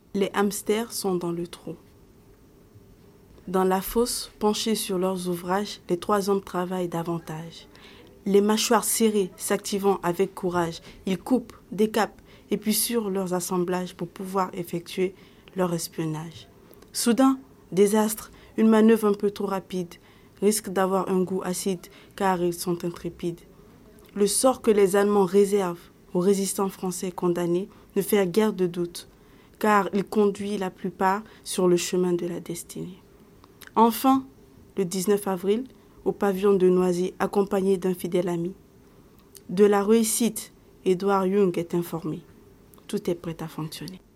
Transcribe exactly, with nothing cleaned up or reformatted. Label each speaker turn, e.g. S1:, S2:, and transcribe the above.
S1: Les hamsters sont dans le trou. Dans la fosse, penchés sur leurs ouvrages, les trois hommes travaillent davantage. Les mâchoires serrées, s'activant avec courage, ils coupent, décapent et puis sur leurs assemblages pour pouvoir effectuer leur espionnage. Soudain, désastre, une manœuvre un peu trop rapide risque d'avoir un goût acide car ils sont intrépides. Le sort que les Allemands réservent aux résistants français condamnés ne fait guère de doute, car il conduit la plupart sur le chemin de la destinée. Enfin, le dix-neuf avril, au pavillon de Noisy, accompagné d'un fidèle ami. De la réussite, Édouard Young est informé. Tout est prêt à fonctionner.